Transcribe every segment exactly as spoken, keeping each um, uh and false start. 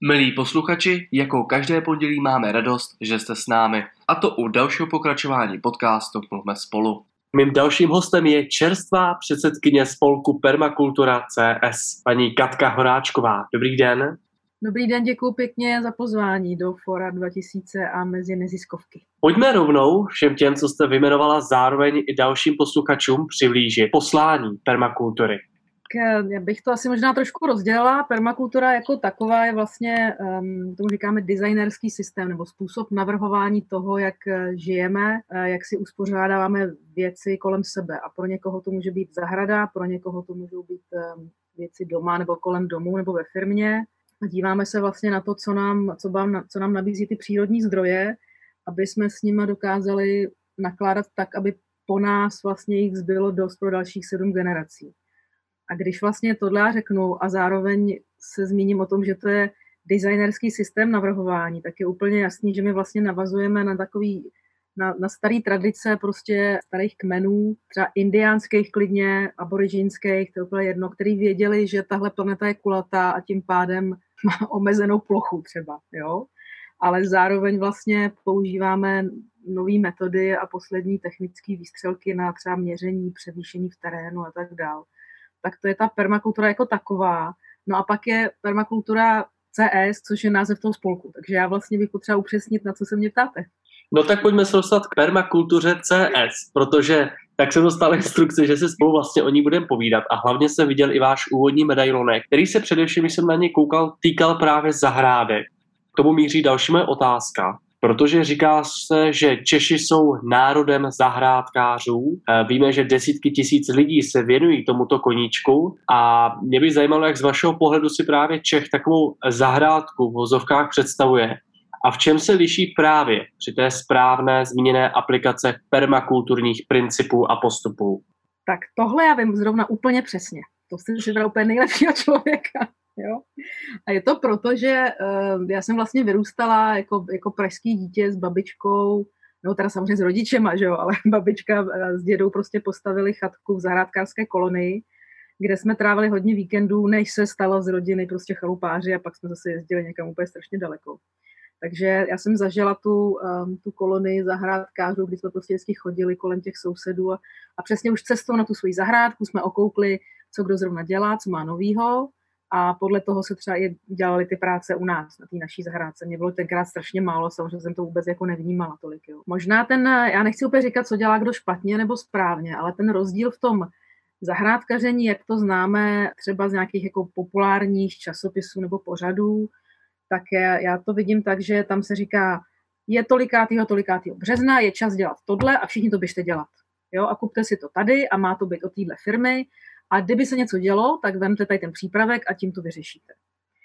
Milí posluchači, jako každé pondělí máme radost, že jste s námi. A to u dalšího pokračování podcastu Mluvme spolu. Mým dalším hostem je čerstvá předsedkyně spolku Permakultura C S, paní Katka Horáčková. Dobrý den. Dobrý den, děkuji pěkně za pozvání do Fora dva tisíce a mezi neziskovky. Pojďme rovnou všem těm, co jste vyjmenovala, zároveň i dalším posluchačům přiblížit poslání permakultury. Já bych to asi možná trošku rozdělila. Permakultura jako taková je vlastně, um, tomu říkáme designerský systém nebo způsob navrhování toho, jak žijeme, jak si uspořádáváme věci kolem sebe. A pro někoho to může být zahrada, pro někoho to můžou být um, věci doma nebo kolem domu nebo ve firmě. A díváme se vlastně na to, co nám, co nám, co nám nabízí ty přírodní zdroje, aby jsme s nimi dokázali nakládat tak, aby po nás vlastně jich zbylo dost pro dalších sedm generací. A když vlastně tohle já řeknu a zároveň se zmíním o tom, že to je designerský systém navrhování, tak je úplně jasný, že my vlastně navazujeme na takový, na, na starý tradice prostě starých kmenů, třeba indiánských klidně, aboriginských, to je úplně jedno, který věděli, že tahle planeta je kulatá a tím pádem má omezenou plochu třeba, jo. Ale zároveň vlastně používáme nové metody a poslední technické výstřelky na třeba měření, převýšení v terénu a tak dále. Tak to je ta permakultura jako taková. No a pak je permakultura C S, což je název toho spolku. Takže já vlastně bych potřeba upřesnit, na co se mě ptáte. No tak pojďme se dostat k permakultuře C S, protože tak jsem dostal instrukce, že se spolu vlastně o ní budeme povídat a hlavně jsem viděl i váš úvodní medailonek, který se především, když jsem na ně koukal, týkal právě zahrádek. K tomu míří další moje otázka. Protože říká se, že Češi jsou národem zahrádkářů. Víme, že desítky tisíc lidí se věnují tomuto koníčku a mě by zajímalo, jak z vašeho pohledu si právě Čech takovou zahrádku v vozovkách představuje a v čem se liší právě při té správné zmíněné aplikace permakulturních principů a postupů. Tak tohle já vím zrovna úplně přesně. To jste si vybral úplně nejlepšího člověka. Jo? A je to proto, že uh, já jsem vlastně vyrůstala jako, jako pražský dítě s babičkou, no teda samozřejmě s rodičema, že jo, ale babička s dědou prostě postavili chatku v zahrádkářské kolonii, kde jsme trávili hodně víkendů, než se stalo z rodiny prostě chalupáři a pak jsme zase jezdili někam úplně strašně daleko. Takže já jsem zažila tu, um, tu kolonii zahrádkářů, kdy jsme prostě vždycky chodili kolem těch sousedů a, a přesně už cestou na tu svoji zahrádku jsme okoukli, co kdo zrovna dělá, co má novýho. A podle toho se třeba i dělaly ty práce u nás, na té naší zahrádce. Mě bylo tenkrát strašně málo, samozřejmě jsem to vůbec jako nevnímala tolik. Jo. Možná ten, já nechci úplně říkat, co dělá kdo špatně nebo správně, ale ten rozdíl v tom zahrádkaření, jak to známe třeba z nějakých jako populárních časopisů nebo pořadů, tak já to vidím tak, že tam se říká, je tolikátýho, tolikátýho března, je čas dělat tohle a všichni to běžte dělat. Jo, a kupte si to tady a má to být od téhle firmy. A kdyby se něco dělo, tak vemte tady ten přípravek a tím to vyřešíte.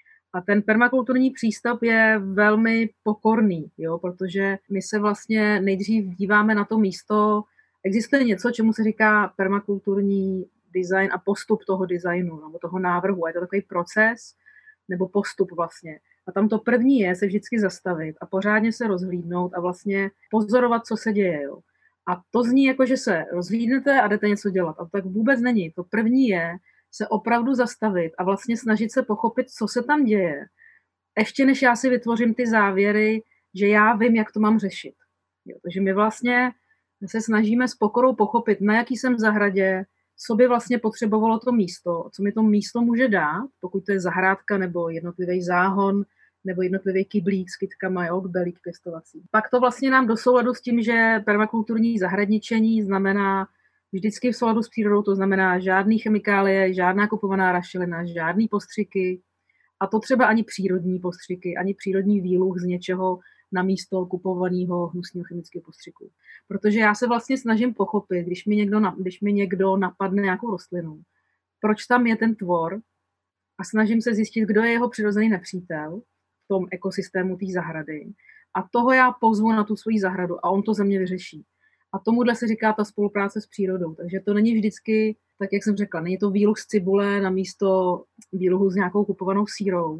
A ten permakulturní přístup je velmi pokorný, jo, protože my se vlastně nejdřív díváme na to místo. Existuje něco, čemu se říká permakulturní design a postup toho designu, nebo toho návrhu. A je to takový proces nebo postup vlastně. A tam to první je se vždycky zastavit a pořádně se rozhlídnout a vlastně pozorovat, co se děje, jo. A to zní jako, že se rozhlídnete a jdete něco dělat. A to tak vůbec není. To první je se opravdu zastavit a vlastně snažit se pochopit, co se tam děje. Ještě než já si vytvořím ty závěry, že já vím, jak to mám řešit. Jo, takže my vlastně se snažíme s pokorou pochopit, na jaký jsem zahradě, co by vlastně potřebovalo to místo, co mi to místo může dát, pokud to je zahrádka nebo jednotlivý záhon, nebo jednotlivý kyblík s kytkama, jo, kbelík pěstovací. Pak to vlastně nám do souladu s tím, že permakulturní zahradničení znamená vždycky v souladu s přírodou, to znamená žádný chemikálie, žádná kupovaná rašelina, žádný postřiky, a to třeba ani přírodní postřiky, ani přírodní výluh z něčeho na místo kupovaného hnusného chemického postřiku. Protože já se vlastně snažím pochopit, když mi někdo, když mi někdo napadne nějakou rostlinu, proč tam je ten tvor a snažím se zjistit, kdo je jeho přirozený nepřítel v tom ekosystému té zahrady. A toho já pozvu na tu svoji zahradu a on to za mě vyřeší. A tomuhle se říká ta spolupráce s přírodou. Takže to není vždycky, tak jak jsem řekla, není to výluh z cibule na místo výluhu s nějakou kupovanou sýrou.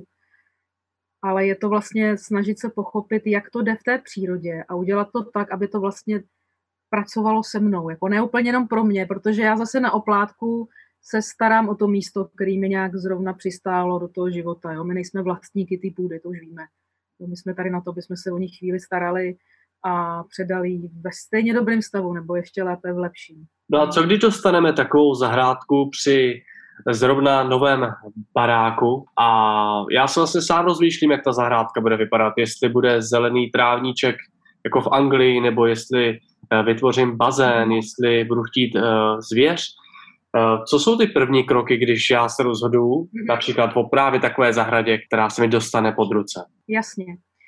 Ale je to vlastně snažit se pochopit, jak to jde v té přírodě a udělat to tak, aby to vlastně pracovalo se mnou. Jako ne úplně jenom pro mě, protože já zase na oplátku se starám o to místo, který mi nějak zrovna přistálo do toho života. Jo? My nejsme vlastníky té půdy, to už víme. Jo? My jsme tady na to, aby jsme se o ní chvíli starali a předali ji ve stejně dobrém stavu, nebo ještě lépe v lepším. No a co když dostaneme takovou zahrádku při zrovna novém baráku a já se vlastně sám rozmýšlím, jak ta zahrádka bude vypadat, jestli bude zelený trávníček jako v Anglii, nebo jestli vytvořím bazén, jestli budu chtít uh, zvěř. Uh, co jsou ty první kroky, když já se rozhodu například o právě takové zahradě, která se mi dostane pod ruce? Jasně.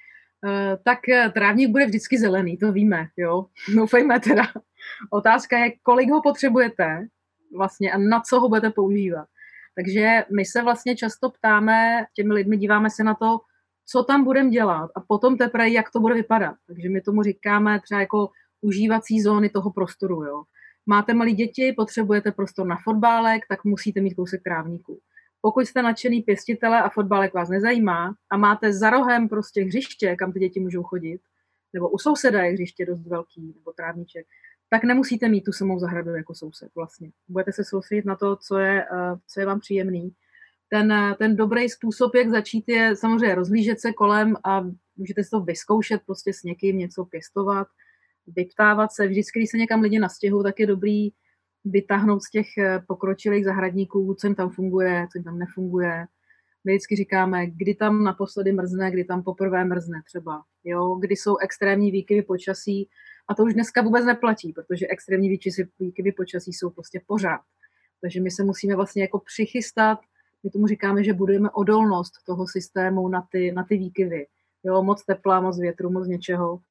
Uh, tak trávník bude vždycky zelený, to víme, jo. Doufejme teda. Otázka je, kolik ho potřebujete vlastně a na co ho budete používat. Takže my se vlastně často ptáme, těmi lidmi díváme se na to, co tam budeme dělat a potom teprve, jak to bude vypadat. Takže my tomu říkáme třeba jako užívací zóny toho prostoru. Jo. Máte malí děti, potřebujete prostor na fotbálek, tak musíte mít kousek trávníku. Pokud jste nadšený pěstitele a fotbálek vás nezajímá a máte za rohem prostě hřiště, kam ty děti můžou chodit, nebo u souseda je hřiště dost velký, nebo trávníček, tak nemusíte mít tu samou zahradu jako soused vlastně. Budete se soustředit na to, co je, co je vám příjemný. Ten, ten dobrý způsob, jak začít, je samozřejmě rozhlížet se kolem a můžete si to vyzkoušet, prostě s někým něco pěstovat, vyptávat se. Vždycky, když se někam lidi nastěhují, tak je dobrý vytáhnout z těch pokročilých zahradníků, co jim tam funguje, co jim tam nefunguje. My vždycky říkáme, kdy tam naposledy mrzne, kdy tam poprvé mrzne třeba. Jo? Kdy jsou extrémní výkyvy počasí. A to už dneska vůbec neplatí, protože extrémní výkyvy počasí jsou prostě pořád. Takže my se musíme vlastně jako přichystat, my tomu říkáme, že budujeme odolnost toho systému na ty, na ty výkyvy. Jo, moc tepla, moc větru, moc něčeho.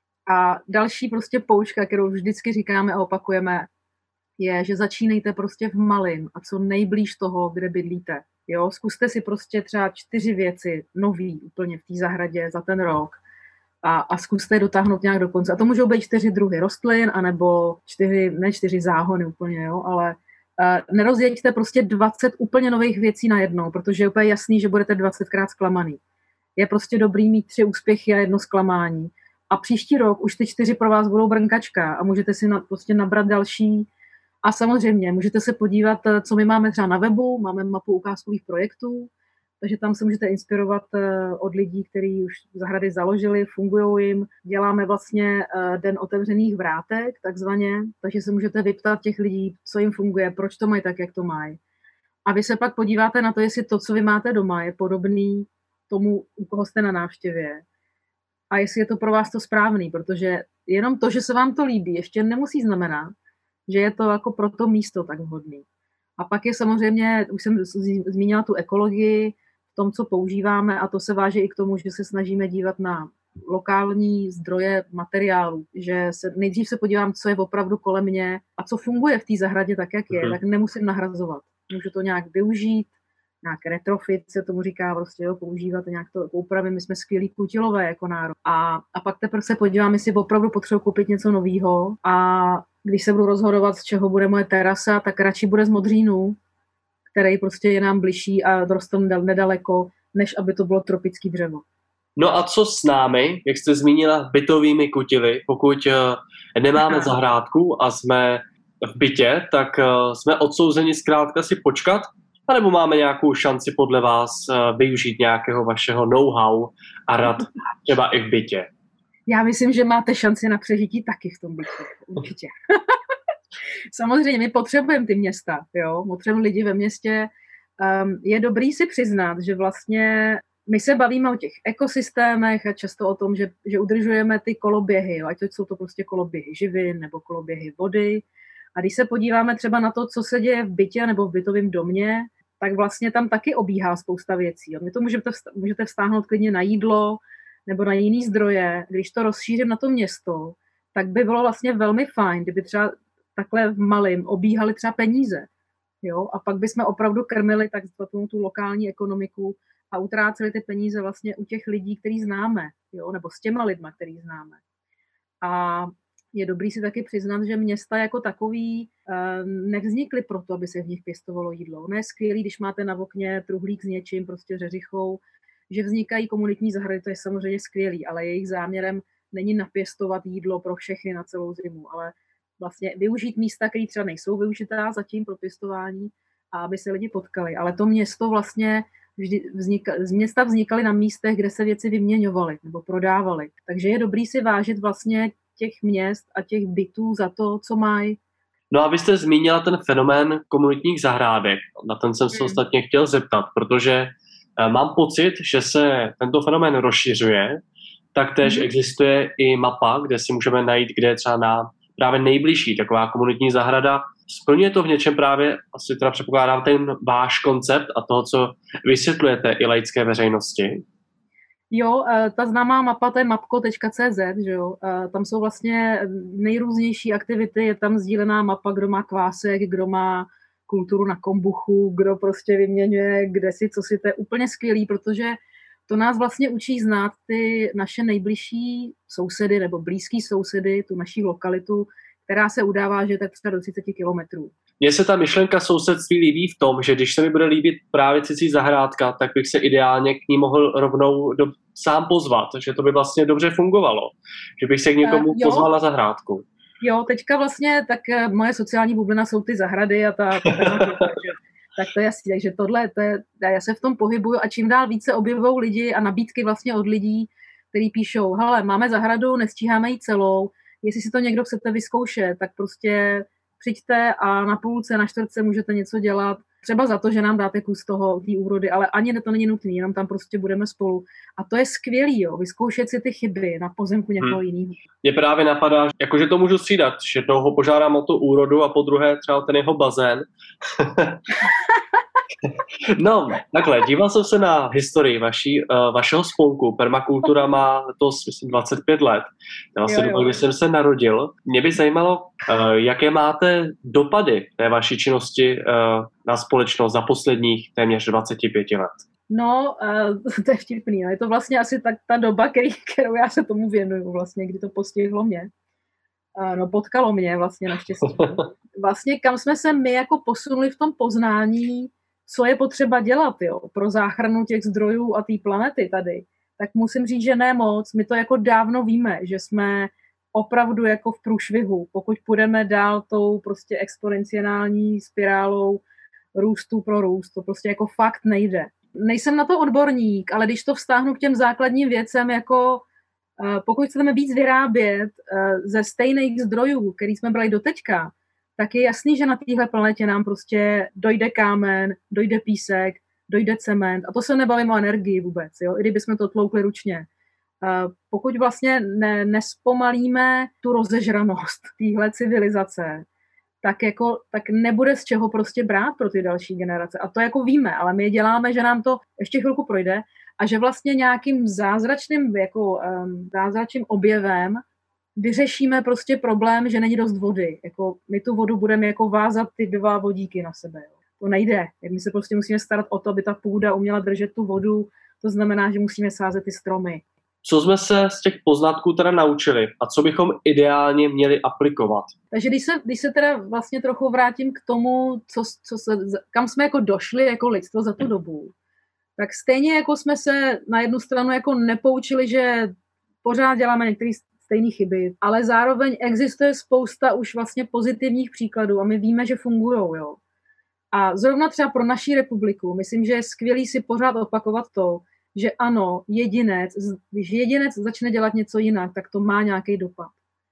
A další prostě poučka, kterou vždycky říkáme a opakujeme, je, že začínejte prostě v malým a co nejblíž toho, kde bydlíte. Jo, zkuste si prostě třeba čtyři věci nový úplně v té zahradě za ten rok a, a zkuste je dotáhnout nějak do konce. A to můžou být čtyři druhy rostlin, anebo čtyři, ne čtyři záhony úplně, jo, ale uh, nerozjeďte prostě dvacet úplně nových věcí najednou, protože je úplně jasný, že budete dvacetkrát zklamaný. Je prostě dobrý mít tři úspěchy a jedno zklamání. A příští rok už ty čtyři pro vás budou brnkačka a můžete si na, prostě nabrat další. A samozřejmě můžete se podívat, co my máme třeba na webu, máme mapu ukázkových projektů, takže tam se můžete inspirovat od lidí, kteří už zahrady založili, fungují jim. Děláme vlastně den otevřených vrátek, takzvaně, takže se můžete vyptat těch lidí, co jim funguje, proč to mají tak, jak to mají. A vy se pak podíváte na to, jestli to, co vy máte doma, je podobný tomu, u koho jste na návštěvě. A jestli je to pro vás to správný, protože jenom to, že se vám to líbí, ještě nemusí znamenat, že je to jako pro to místo tak vhodný. A pak je samozřejmě, už jsem zmínila tu ekologii v tom, co používáme, a to se váže i k tomu, že se snažíme dívat na lokální zdroje materiálů, že se, nejdřív se podívám, co je opravdu kolem mě a co funguje v té zahradě tak, jak je, mm. tak nemusím nahrazovat. Můžu to nějak využít, nějak retrofit se tomu říká, prostě jo, používat nějak to úpravy, my jsme skvělí kutilové jako národ. A, a pak teprve se podívám, jestli opravdu potřebuji koupit něco nového a když se budu rozhodovat, z čeho bude moje terasa, tak radši bude z modřínu, který prostě je nám bližší a roste nedaleko, než aby to bylo tropický dřevo. No a co s námi, jak jste zmínila, bytovými kutily? Pokud uh, nemáme Aha. zahrádku a jsme v bytě, tak uh, jsme odsouzeni zkrátka si počkat, anebo máme nějakou šanci podle vás uh, využít nějakého vašeho know-how a rad třeba i v bytě? Já myslím, že máte šanci na přežití taky v tom bytě, určitě. Samozřejmě, my potřebujeme ty města, jo, potřebujeme lidi ve městě. Um, je dobrý si přiznat, že vlastně my se bavíme o těch ekosystémech a často o tom, že, že udržujeme ty koloběhy, jo, ať to jsou to prostě koloběhy živin nebo koloběhy vody. A když se podíváme třeba na to, co se děje v bytě nebo v bytovém domě, tak vlastně tam taky obíhá spousta věcí. Jo. Vy to můžete, můžete vztáhnout klidně na jídlo nebo na jiný zdroje. Když to rozšířím na to město, tak by bylo vlastně velmi fajn, kdyby třeba takhle v malým obíhali třeba peníze. Jo? A pak bychom opravdu krmili tak tu lokální ekonomiku a utráceli ty peníze vlastně u těch lidí, který známe, jo? Nebo s těma lidma, který známe. A je dobrý si taky přiznat, že města jako takový uh, nevznikly proto, aby se v nich pěstovalo jídlo. Ono je skvělý, když máte na okně truhlík s něčím, prostě řeřichou, že vznikají komunitní zahrady, to je samozřejmě skvělý, ale jejich záměrem není napěstovat jídlo pro všechny na celou zimu, ale vlastně využít místa, které třeba nejsou využitá zatím pro pěstování a aby se lidi potkali. Ale to město vlastně vždy vznika, z města vznikaly na místech, kde se věci vyměňovaly nebo prodávaly. Takže je dobrý si vážit vlastně těch měst a těch bytů za to, co mají. No a vy jste zmínila ten fenomén komunitních zahrádek. Na ten jsem se hmm. ostatně chtěl zeptat, protože mám pocit, že se tento fenomén rozšiřuje. Taktéž hmm. existuje i mapa, kde si můžeme najít, kde je třeba na právě nejbližší taková komunitní zahrada. Splňuje to v něčem právě, asi teda předpokládám, ten váš koncept a toho, co vysvětlujete i laické veřejnosti? Jo, ta známá mapa, to je mapko tečka cé zet, že jo. Tam jsou vlastně nejrůznější aktivity, je tam sdílená mapa, kdo má kvásek, kdo má kulturu na kombuchu, kdo prostě vyměňuje, kde si, co si, to je úplně skvělý, protože to nás vlastně učí znát ty naše nejbližší sousedy nebo blízký sousedy, tu naší lokalitu, která se udává, že je tak třeba do třicet kilometrů. Mně se ta myšlenka sousedství líbí v tom, že když se mi bude líbit právě cizí zahrádka, tak bych se ideálně k ní mohl rovnou do, sám pozvat, že to by vlastně dobře fungovalo, že bych se k někomu uh, pozval na zahrádku. Jo, teďka vlastně tak moje sociální bublina jsou ty zahrady a ta, ta, ta, ta, ta tak to je jasný, takže tohle, to je, já se v tom pohybuju a čím dál více objevují lidi a nabídky vlastně od lidí, kteří píšou, hele, máme zahradu, nestíháme ji celou, jestli si to někdo chcete vyzkoušet, tak prostě přijďte a na půlce, na čtvrtce můžete něco dělat, třeba za to, že nám dáte kus toho, té úrody, ale ani to není nutné, jenom tam prostě budeme spolu. A to je skvělý, jo, vyzkoušet si ty chyby na pozemku někoho hmm. jiného. Mě právě napadá, jakože to můžu střídat, že jednou ho požádám o tu úrodu a po druhé třeba ten jeho bazén. No, takhle, díval jsem se na historii vaší, uh, vašeho spolku. Permakultura má to myslím dvacet pět let. Vlastně dobu, kdy jsem se narodil. Mě by zajímalo, uh, jaké máte dopady té vaší činnosti uh, na společnost za posledních téměř dvacet pět let. No, uh, to je vtipný. Je to vlastně asi tak ta doba, který, kterou já se tomu věnuju, vlastně, kdy to postihlo mě. Uh, no, potkalo mě vlastně naštěstí. Vlastně kam jsme se my jako posunuli v tom poznání, co je potřeba dělat, jo, pro záchranu těch zdrojů a té planety tady, tak musím říct, že ne moc. My to jako dávno víme, že jsme opravdu jako v průšvihu. Pokud půjdeme dál tou prostě exponenciální spirálou růstu pro růst, to prostě jako fakt nejde. Nejsem na to odborník, ale když to vztáhnu k těm základním věcem, jako pokud chceme víc vyrábět ze stejných zdrojů, který jsme brali doteďka, tak je jasný, že na téhle planetě nám prostě dojde kámen, dojde písek, dojde cement. A to se nebavím o energii vůbec, jo? I kdybychom to tloukli ručně. Uh, pokud vlastně ne, nespomalíme tu rozežranost téhle civilizace, tak, jako, tak nebude z čeho prostě brát pro ty další generace. A to jako víme, ale my děláme, že nám to ještě chvilku projde a že vlastně nějakým zázračným, jako, um, zázračným objevem vyřešíme prostě problém, že není dost vody. Jako my tu vodu budeme jako vázat ty dva vodíky na sebe. Jo. To nejde. My se prostě musíme starat o to, aby ta půda uměla držet tu vodu. To znamená, že musíme sázet ty stromy. Co jsme se z těch poznatků teda naučili a co bychom ideálně měli aplikovat? Takže když se, když se teda vlastně trochu vrátím k tomu, co, co se, kam jsme jako došli jako lidstvo za tu dobu, tak stejně jako jsme se na jednu stranu jako nepoučili, že pořád děláme některé stejné chyby, ale zároveň existuje spousta už vlastně pozitivních příkladů a my víme, že fungujou, jo. A zrovna třeba pro naší republiku, myslím, že je skvělý si pořád opakovat to, že ano, jedinec, když jedinec začne dělat něco jinak, tak to má nějaký dopad.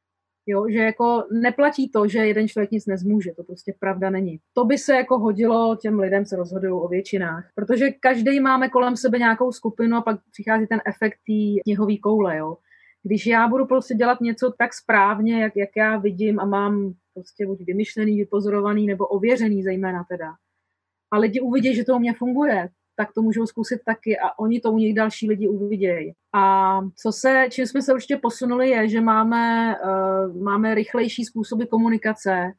Jo, že jako neplatí to, že jeden člověk nic nezmůže, to prostě pravda není. To by se jako hodilo těm lidem, se rozhodují o většinách, protože každý máme kolem sebe nějakou skupinu a pak přichází ten efekt té sněhové koule, jo. Když já budu prostě dělat něco tak správně, jak, jak já vidím a mám prostě buď vymyšlený, vypozorovaný nebo ověřený zejména teda, a lidi uvidí, že to u mě funguje, tak to můžou zkusit taky a oni to u nich další lidi uvidějí. A co se, čím jsme se určitě posunuli, je, že máme, uh, máme rychlejší způsoby komunikace,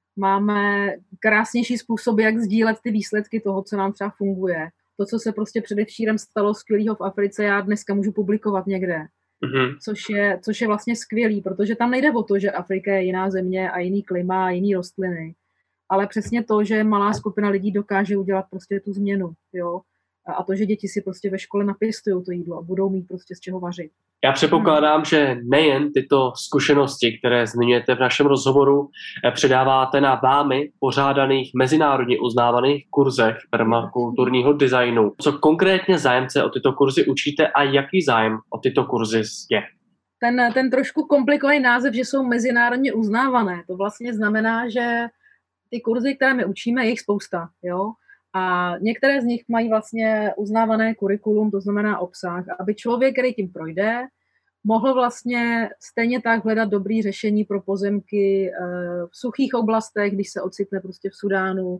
máme krásnější způsoby, jak sdílet ty výsledky toho, co nám třeba funguje. To, co se prostě předevčírem stalo skvělýho v Africe, já dneska můžu publikovat někde. Mm-hmm. Což je, což je vlastně skvělý, protože tam nejde o to, že Afrika je jiná země a jiný klima a jiný rostliny, ale přesně to, že malá skupina lidí dokáže udělat prostě tu změnu, jo. A to, že děti si prostě ve škole napěstují to jídlo a budou mít prostě z čeho vařit. Já předpokládám, že nejen tyto zkušenosti, které zmiňujete v našem rozhovoru, předáváte na vámi pořádaných mezinárodně uznávaných kurzech permakulturního designu. Co konkrétně zájemce o tyto kurzy učíte a jaký zájem o tyto kurzy je? Ten, ten trošku komplikovaný název, že jsou mezinárodně uznávané, to vlastně znamená, že ty kurzy, které my učíme, je jich spousta, jo? A některé z nich mají vlastně uznávané kurikulum, to znamená obsah, aby člověk, který tím projde, mohl vlastně stejně tak hledat dobré řešení pro pozemky v suchých oblastech, když se ocitne prostě v Sudánu,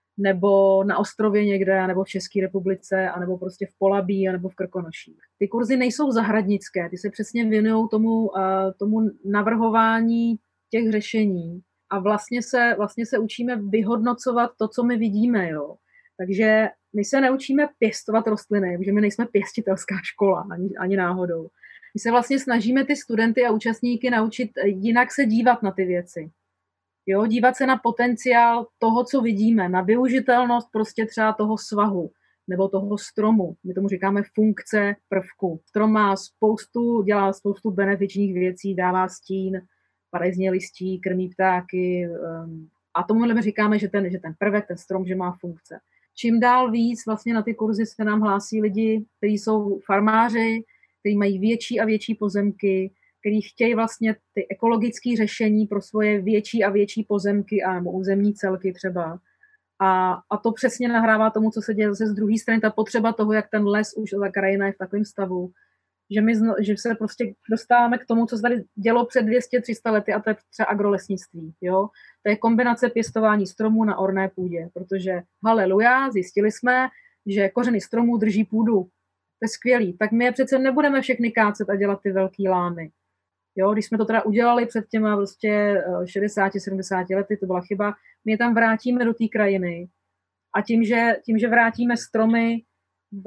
nebo na ostrově někde, nebo v České republice, anebo prostě v Polabí, anebo v Krkonoších. Ty kurzy nejsou zahradnické, ty se přesně věnují tomu, tomu navrhování těch řešení a vlastně se, vlastně se učíme vyhodnocovat to, co my vidíme, jo. Takže my se neučíme pěstovat rostliny, protože my nejsme pěstitelská škola, ani, ani náhodou. My se vlastně snažíme ty studenty a účastníky naučit jinak se dívat na ty věci. Jo, dívat se na potenciál toho, co vidíme, na využitelnost prostě třeba toho svahu nebo toho stromu. My tomu říkáme funkce prvku. Strom má spoustu, dělá spoustu benefičních věcí, dává stín, padají z něj listí, krmí ptáky um, a tomu my říkáme, že ten, že ten prvek, ten strom, že má funkce. Čím dál víc vlastně na ty kurzy se nám hlásí lidi, kteří jsou farmáři, kteří mají větší a větší pozemky, kteří chtějí vlastně ty ekologické řešení pro svoje větší a větší pozemky a územní celky třeba. A, a to přesně nahrává tomu, co se děje zase z druhé strany, ta potřeba toho, jak ten les už, ta krajina je v takovém stavu, že my že se prostě dostáváme k tomu, co se tady dělo před dvě stě tři sta lety, a to je třeba agrolesnictví. Jo? To je kombinace pěstování stromů na orné půdě, protože haleluja, zjistili jsme, že kořeny stromů drží půdu. To je skvělý. Tak my je přece nebudeme všechny kácet a dělat ty velký lámy. Jo, když jsme to teda udělali před těma prostě šedesáti sedmdesáti lety, to byla chyba, my je tam vrátíme do té krajiny a tím že, tím, že vrátíme stromy v,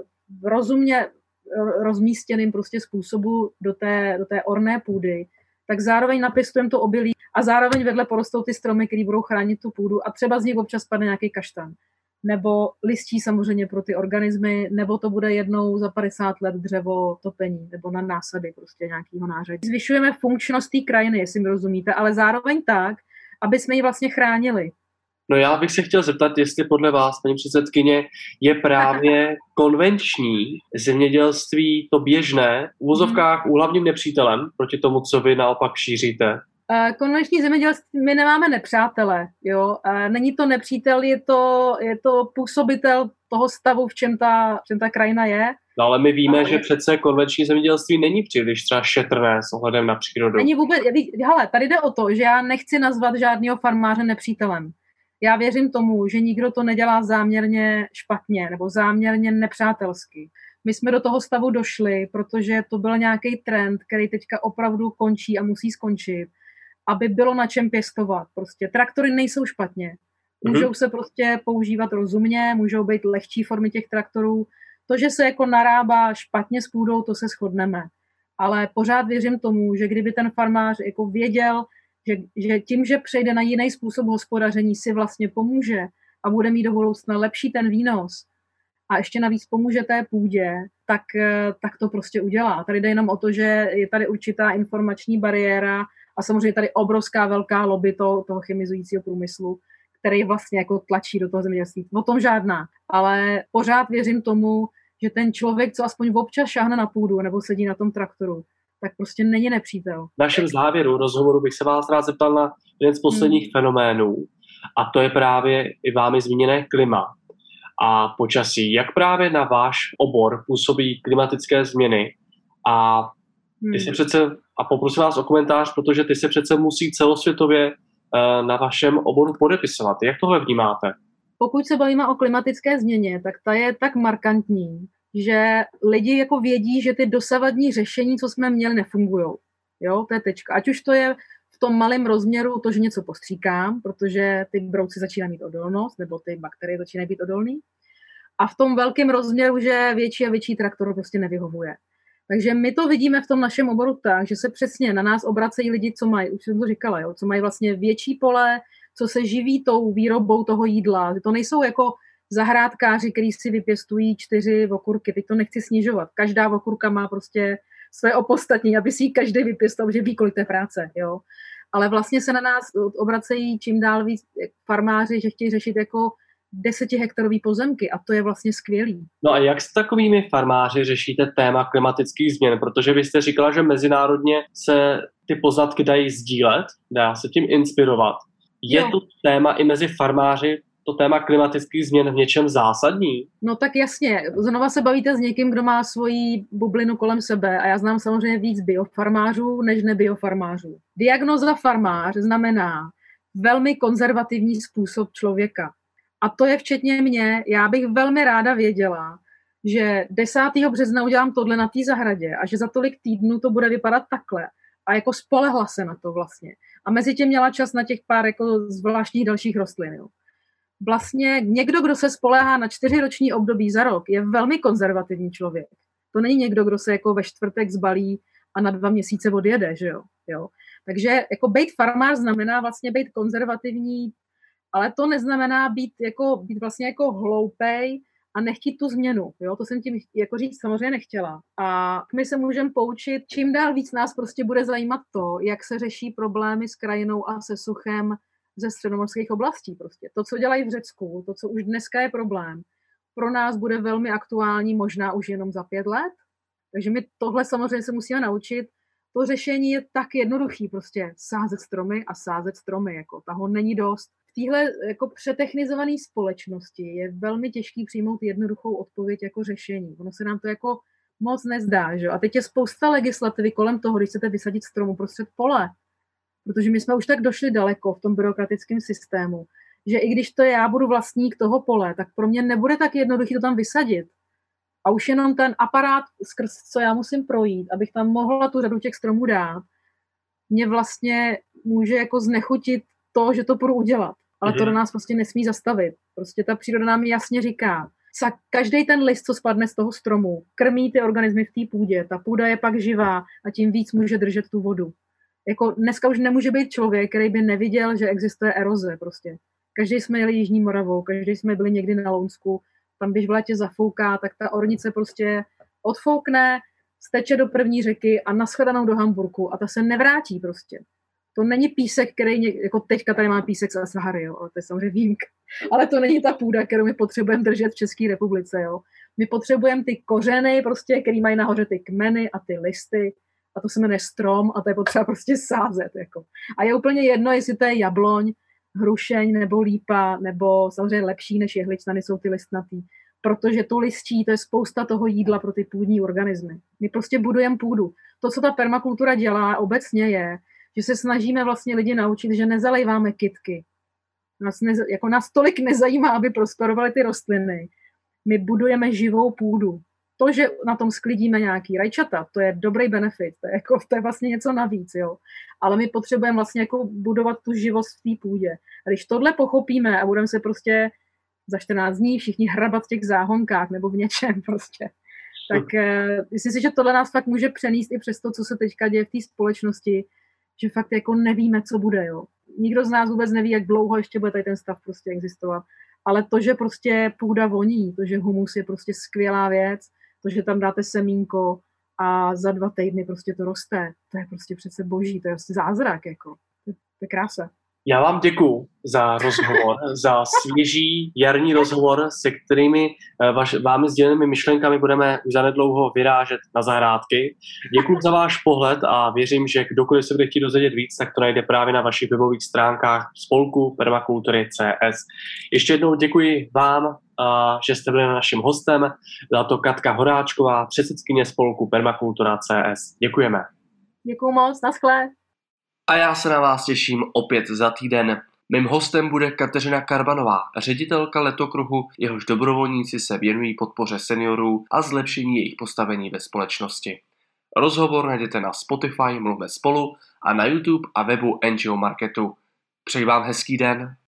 v rozumně rozmístěným prostě způsobu do té, do té orné půdy, tak zároveň napěstujeme to obilí a zároveň vedle porostou ty stromy, které budou chránit tu půdu a třeba z nich občas padne nějaký kaštan. Nebo listí samozřejmě pro ty organismy, nebo to bude jednou za padesát let dřevo topení, nebo na násady prostě nějakého nářadí. Zvyšujeme funkčnost té krajiny, jestli mi rozumíte, ale zároveň tak, aby jsme ji vlastně chránili. No já bych se chtěl zeptat, jestli podle vás, paní předsedkyně, je právě konvenční zemědělství to běžné, v uvozovkách úhlavním nepřítelem proti tomu, co vy naopak šíříte? Konvenční zemědělství, my nemáme nepřátele, jo. Není to nepřítel, je to, je to působitel toho stavu, v čem ta, v čem ta krajina je. No ale my víme, ale... že přece konvenční zemědělství není příliš třeba šetrné s ohledem na přírodu. Není vůbec, hele, tady jde o to, že já nechci nazvat žádného farmáře nepřítelem. Já věřím tomu, že nikdo to nedělá záměrně špatně nebo záměrně nepřátelsky. My jsme do toho stavu došli, protože to byl nějaký trend, který teďka opravdu končí a musí skončit, aby bylo na čem pěstovat. Prostě traktory nejsou špatně. Můžou mm-hmm. se prostě používat rozumně, můžou být lehčí formy těch traktorů. To, že se jako narábá špatně s půdou, to se shodneme. Ale pořád věřím tomu, že kdyby ten farmář jako věděl, že, že tím, že přejde na jiný způsob hospodaření, si vlastně pomůže a bude mít do budoucna lepší ten výnos a ještě navíc pomůže té půdě, tak, tak to prostě udělá. Tady jde jenom o to, že je tady určitá informační bariéra a samozřejmě tady obrovská velká lobby toho, toho chemizujícího průmyslu, který vlastně jako tlačí do toho zemědělství. O tom žádná. Ale pořád věřím tomu, že ten člověk, co aspoň občas šáhne na půdu nebo sedí na tom traktoru, tak prostě není nepřítel. V našem závěru rozhovoru bych se vás rád zeptal na jeden z posledních hmm. fenoménů, a to je právě i vámi zmíněné klima a počasí. Jak právě na váš obor působí klimatické změny a ty hmm. se přece, a poprosím vás o komentář, protože ty se přece musí celosvětově uh, na vašem oboru podepisovat. Jak tohle vnímáte? Pokud se bavíme o klimatické změně, tak ta je tak markantní, že lidi jako vědí, že ty dosavadní řešení, co jsme měli, nefungují. Jo, to je tečka. Ať už to je v tom malém rozměru to, že něco postříkám, protože ty brouci začínají mít odolnost, nebo ty bakterie začínají být odolný. A v tom velkém rozměru, že větší a větší traktor prostě nevyhovuje. Takže my to vidíme v tom našem oboru tak, že se přesně na nás obracejí lidi, co mají, už jsem to říkala, jo, co mají vlastně větší pole, co se živí tou výrobou toho jídla. To nejsou jako zahrádkáři, kteří si vypěstují čtyři okurky. Teď to nechci snižovat. Každá okurka má prostě své opodstatnění, aby si ji každý vypěstoval, že ví, kolik té práce, jo. Ale vlastně se na nás obracejí čím dál víc farmáři, že chtějí řešit jako desetihektarový pozemky a to je vlastně skvělý. No a jak s takovými farmáři řešíte téma klimatických změn? Protože vy jste říkala, že mezinárodně se ty poznatky dají sdílet, dá se tím inspirovat. Je jo. to téma i mezi farmáři, to téma klimatických změn v něčem zásadní? No tak jasně, znova se bavíte s někým, kdo má svoji bublinu kolem sebe a já znám samozřejmě víc biofarmářů než nebiofarmářů. Diagnoza farmář znamená velmi konzervativní způsob člověka. A to je včetně mě. Já bych velmi ráda věděla, že desátého března udělám tohle na té zahradě a že za tolik týdnů to bude vypadat takhle. A jako spolehla se na to vlastně. A mezi tím měla čas na těch pár jako zvláštních dalších rostlin. Jo. Vlastně někdo, kdo se spoléhá na čtyřiroční období za rok, je velmi konzervativní člověk. To není někdo, kdo se jako ve čtvrtek zbalí a na dva měsíce odjede, že jo. jo. Takže jako být farmář znamená vlastně být konzervativní, ale to neznamená být, jako, být vlastně jako hloupej a nechtít tu změnu. Jo? To jsem tím jako říct samozřejmě nechtěla. A my se můžeme poučit, čím dál víc nás prostě bude zajímat to, jak se řeší problémy s krajinou a se suchem ze středomorských oblastí. Prostě. To, co dělají v Řecku, to, co už dneska je problém, pro nás bude velmi aktuální, možná už jenom za pět let. Takže my tohle samozřejmě se musíme naučit. To řešení je tak jednoduchý, prostě sázet stromy a sázet stromy. Jako, toho není dost. V téhle jako přetechnizované společnosti je velmi těžký přijmout jednoduchou odpověď jako řešení. Ono se nám to jako moc nezdá, že? A teď je spousta legislativy kolem toho, když chcete vysadit stromu prostřed pole. Protože my jsme už tak došli daleko v tom byrokratickém systému, že i když to já budu vlastník toho pole, tak pro mě nebude tak jednoduchý to tam vysadit. A už jenom ten aparát, skrz co já musím projít, abych tam mohla tu řadu těch stromů dát, mě vlastně může jako znechutit to, že to budu udělat. Ale to do nás prostě nesmí zastavit. Prostě ta příroda nám jasně říká, každý ten list, co spadne z toho stromu, krmí ty organismy v té půdě, ta půda je pak živá a tím víc může držet tu vodu. Jako dneska už nemůže být člověk, který by neviděl, že existuje eroze prostě. Každý jsme jeli Jižní Moravou, každý jsme byli někdy na Lounsku, tam když v létě zafouká, tak ta ornice prostě odfoukne, steče do první řeky a nashledanou do Hamburku a ta se nevrátí prostě. To není písek, který, jako teďka tady má písek z Sahary, jo, ale to je samozřejmě výjimka. Ale to není ta půda, kterou my potřebujeme držet v České republice, jo. My potřebujeme ty kořeny, prostě, který mají nahoře ty kmeny a ty listy, a to se jmenuje strom a to je potřeba prostě sázet, jako. A je úplně jedno, jestli to je jabloň, hrušeň nebo lípa, nebo samozřejmě lepší než jehličnany jsou ty listnatý, protože tu listí, to je spousta toho jídla pro ty půdní organismy. My prostě budujeme půdu. To, co ta permakultura dělá obecně je, že se snažíme vlastně lidi naučit, že nezalejváme kytky. Nás, ne, jako nás tolik nezajímá, aby prosperovaly ty rostliny. My budujeme živou půdu. To, že na tom sklidíme nějaký rajčata, to je dobrý benefit, to je, jako, to je vlastně něco navíc, jo. Ale my potřebujeme vlastně jako budovat tu živost v té půdě. A když tohle pochopíme a budeme se prostě za čtrnáct dní všichni hrabat v těch záhonkách nebo v něčem prostě, tak eh, myslím si, že tohle nás fakt může přenést i přes to, co se teďka děje v té společnosti, že fakt jako nevíme, co bude, jo. Nikdo z nás vůbec neví, jak dlouho ještě bude tady ten stav prostě existovat. Ale to, že prostě půda voní, to, že humus je prostě skvělá věc, to, že tam dáte semínko a za dva týdny prostě to roste, to je prostě přece boží, to je prostě zázrak, jako. To, to je krása. Já vám děkuju za rozhovor, za svěží jarní rozhovor, se kterými vaš, vámi sdělenými myšlenkami budeme už zanedlouho vyrážet na zahrádky. Děkuju za váš pohled a věřím, že kdokoliv se bude chtít dozvědět víc, tak to najde právě na vašich webových stránkách spolku Permakultury C S. Ještě jednou děkuji vám, že jste byli naším hostem. Byla to Katka Horáčková, předsedkyně spolku Permakultura C S. Děkujeme. Děkuju moc, naschle. A já se na vás těším opět za týden. Mým hostem bude Kateřina Karbanová, ředitelka Letokruhu, jehož dobrovolníci se věnují podpoře seniorů a zlepšení jejich postavení ve společnosti. Rozhovor najdete na Spotify Mluvme spolu a na YouTube a webu N G O Marketu. Přeji vám hezký den.